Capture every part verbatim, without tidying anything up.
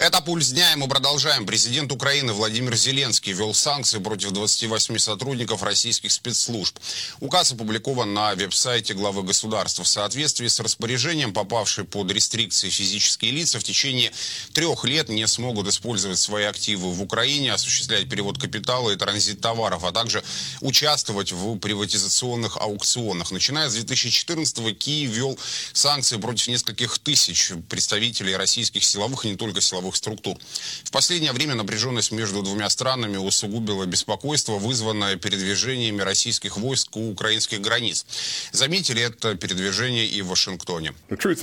Это «Пульс дня», и мы продолжаем. Президент Украины Владимир Зеленский ввел санкции против двадцати восьми сотрудников российских спецслужб. Указ опубликован на веб-сайте главы государства. В соответствии с распоряжением, попавшие под рестрикции физические лица в течение трех лет не смогут использовать свои активы в Украине, осуществлять перевод капитала и транзит товаров, а также участвовать в приватизационных аукционах. Начиная с две тысячи четырнадцатого Киев ввел санкции против нескольких тысяч представителей российских силовых и не только силовых структур. В последнее время напряженность между двумя странами усугубила беспокойство, вызванное передвижениями российских войск у украинских границ. Заметили это передвижение и в Вашингтоне.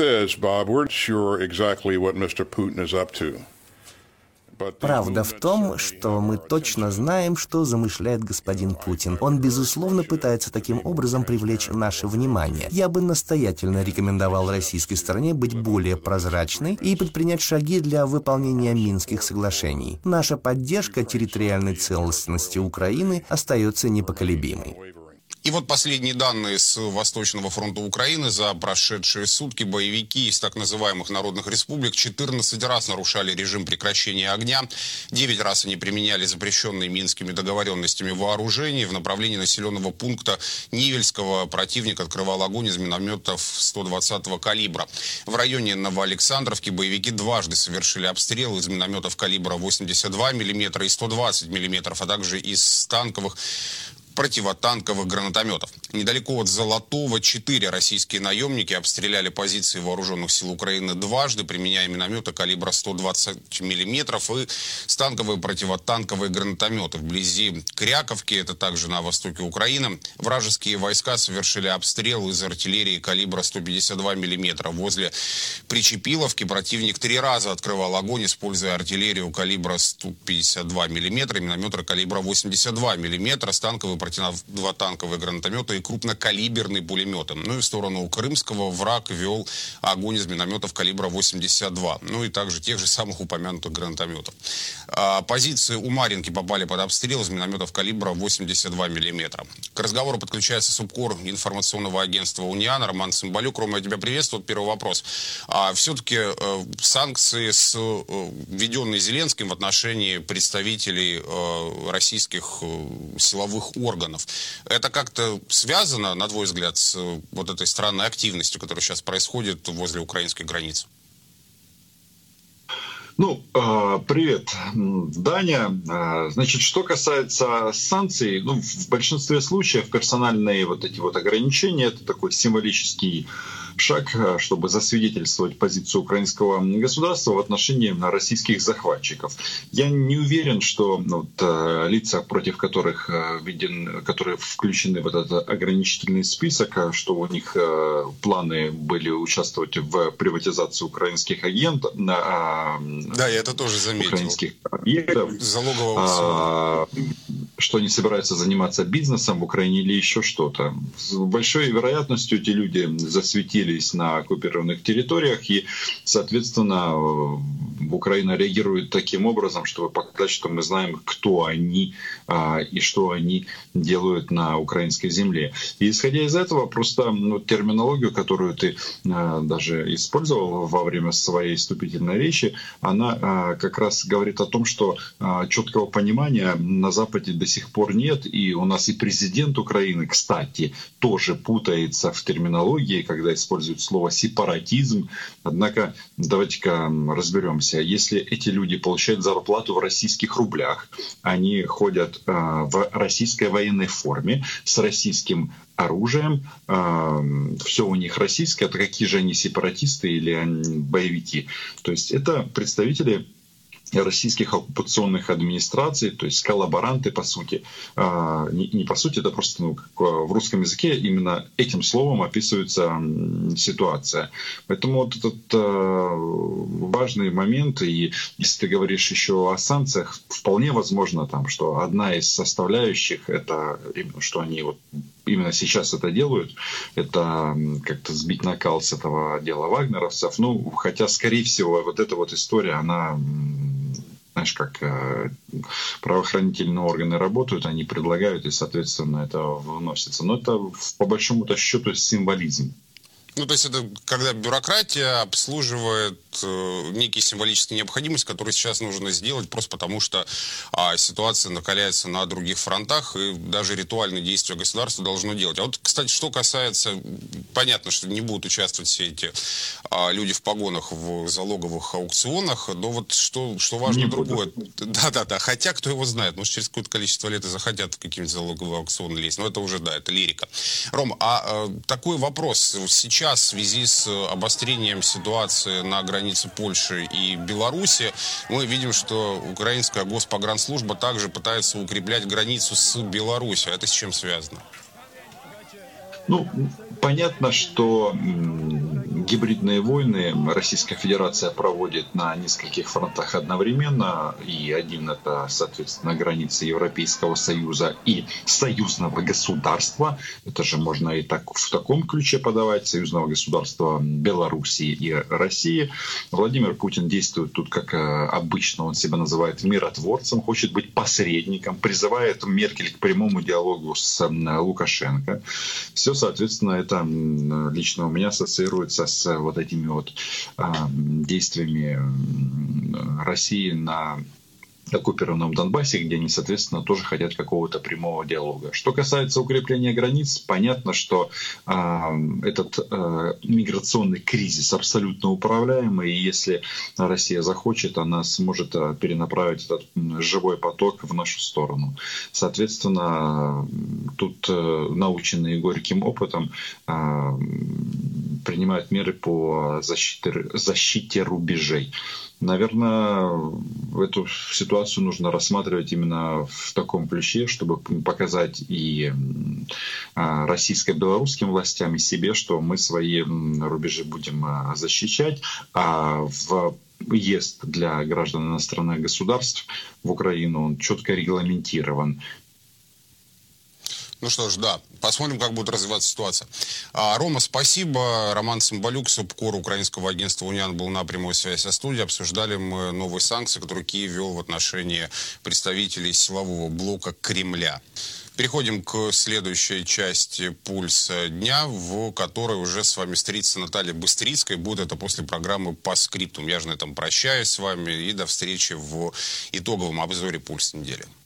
Правда в том, что мы точно знаем, что замышляет господин Путин. Он, безусловно, пытается таким образом привлечь наше внимание. Я бы настоятельно рекомендовал российской стороне быть более прозрачной и предпринять шаги для выполнения Минских соглашений. Наша поддержка территориальной целостности Украины остается непоколебимой. И вот последние данные с Восточного фронта Украины. За прошедшие сутки боевики из так называемых народных республик четырнадцать раз нарушали режим прекращения огня. девять раз они применяли запрещенные минскими договоренностями вооружений. В направлении населенного пункта Невельского противник открывал огонь из минометов сто двадцатого калибра. В районе Новоалександровки боевики дважды совершили обстрелы из минометов калибра восемьдесят два миллиметра и сто двадцать миллиметров, а также из танковых противотанковых гранатометов. Недалеко от Золотого четыре российские наемники обстреляли позиции вооруженных сил Украины дважды, применяя минометы калибра сто двадцать миллиметров и станковые противотанковые гранатометы. Вблизи Кряковки, это также на востоке Украины, вражеские войска совершили обстрел из артиллерии калибра сто пятьдесят два миллиметра. Возле Причепиловки противник три раза открывал огонь, используя артиллерию калибра сто пятьдесят два миллиметра, минометы калибра восемьдесят два миллиметра, станковые противотанковые гранатометы и крупнокалиберные пулеметы. Ну и в сторону Крымского враг вел огонь из минометов калибра восемьдесят два. Ну и также тех же самых упомянутых гранатометов. А позиции у Марьинки попали под обстрел из минометов калибра восемьдесят два миллиметра. К разговору подключается субкор информационного агентства «Униан» Роман Цымбалюк. Рома, я тебя приветствую. Первый вопрос. А все-таки э, санкции, с, э, введенные Зеленским в отношении представителей э, российских э, силовых органов, органов. Это как-то связано, на твой взгляд, с вот этой странной активностью, которая сейчас происходит возле украинской границы? Ну, привет, Даня. Значит, что касается санкций, ну, в большинстве случаев персональные вот эти вот ограничения — это такой символический шаг, чтобы засвидетельствовать позицию украинского государства в отношении российских захватчиков. Я не уверен, что ну, вот, лица, против которых виден, которые включены в этот ограничительный список, что у них планы были участвовать в приватизации украинских агентов, да, я это тоже заметил. Украинских объектов, залогового, что они собираются заниматься бизнесом в Украине или еще что-то. С большой вероятностью эти люди засветились на оккупированных территориях, и, соответственно, Украина реагирует таким образом, чтобы показать, что мы знаем, кто они а, и что они делают на украинской земле. И исходя из этого, просто ну, терминологию, которую ты а, даже использовал во время своей вступительной речи, она а, как раз говорит о том, что а, четкого понимания на Западе до сих пор нет, и у нас и президент Украины, кстати, тоже путается в терминологии, когда использует слово «сепаратизм». Однако давайте-ка разберемся. Если эти люди получают зарплату в российских рублях, они ходят э, в российской военной форме с российским оружием, э, все у них российское, то какие же они сепаратисты или они боевики? То есть это представители российских оккупационных администраций, то есть коллаборанты, по сути. А, не, не по сути, это просто ну, как в русском языке именно этим словом описывается ситуация. Поэтому вот этот а, важный момент, и если ты говоришь еще о санкциях, вполне возможно, там, что одна из составляющих, это именно, что они вот именно сейчас это делают, это как-то сбить накал с этого дела вагнеровцев. Ну, хотя, скорее всего, вот эта вот история, она... Знаешь, как э, правоохранительные органы работают, они предлагают, и, соответственно, это выносится. Но это, по большому-то счету, символизм. Ну, то есть это когда бюрократия обслуживает э, некие символические необходимости, которые сейчас нужно сделать просто потому, что а, ситуация накаляется на других фронтах, и даже ритуальные действия государства должно делать. А вот, кстати, что касается, понятно, что не будут участвовать все эти а, люди в погонах в залоговых аукционах, но вот что, что важно не другое. Да-да-да, хотя кто его знает, может, через какое-то количество лет и захотят в какие-нибудь залоговые аукционы лезть, но это уже, да, это лирика. Ром, а, а такой вопрос. Сейчас в связи с обострением ситуации на границе Польши и Беларуси мы видим, что украинская госпогранслужба также пытается укреплять границу с Беларусью. Это с чем связано? Ну, понятно, что гибридные войны Российская Федерация проводит на нескольких фронтах одновременно. И один — это, соответственно, границы Европейского Союза и союзного государства. Это же можно и так, в таком ключе подавать. Союзного государства Белоруссии и России. Владимир Путин действует тут, как обычно он себя называет, миротворцем, хочет быть посредником, призывает Меркель к прямому диалогу с Лукашенко. Все, соответственно, это лично у меня ассоциируется с вот этими вот а, действиями России на оккупированном Донбассе, где они, соответственно, тоже хотят какого-то прямого диалога. Что касается укрепления границ, понятно, что э, этот э, миграционный кризис абсолютно управляемый, и если Россия захочет, она сможет э, перенаправить этот живой поток в нашу сторону. Соответственно, тут э, наученные горьким опытом э, принимают меры по защите, защите рубежей. Наверное, эту ситуацию нужно рассматривать именно в таком ключе, чтобы показать и российско-белорусским властям, и себе, что мы свои рубежи будем защищать, а в въезд для граждан иностранных государств в Украину он четко регламентирован. Ну что ж, да, посмотрим, как будет развиваться ситуация. А, Рома, спасибо. Роман Цымбалюк, субкор украинского агентства «Униан» был на прямой связи со студией. Обсуждали мы новые санкции, которые Киев ввел в отношении представителей силового блока Кремля. Переходим к следующей части «Пульса дня», в которой уже с вами встретится Наталья Быстрицкая. Будет это после программы «По скриптум». Я же на этом прощаюсь с вами и до встречи в итоговом обзоре «Пульса недели».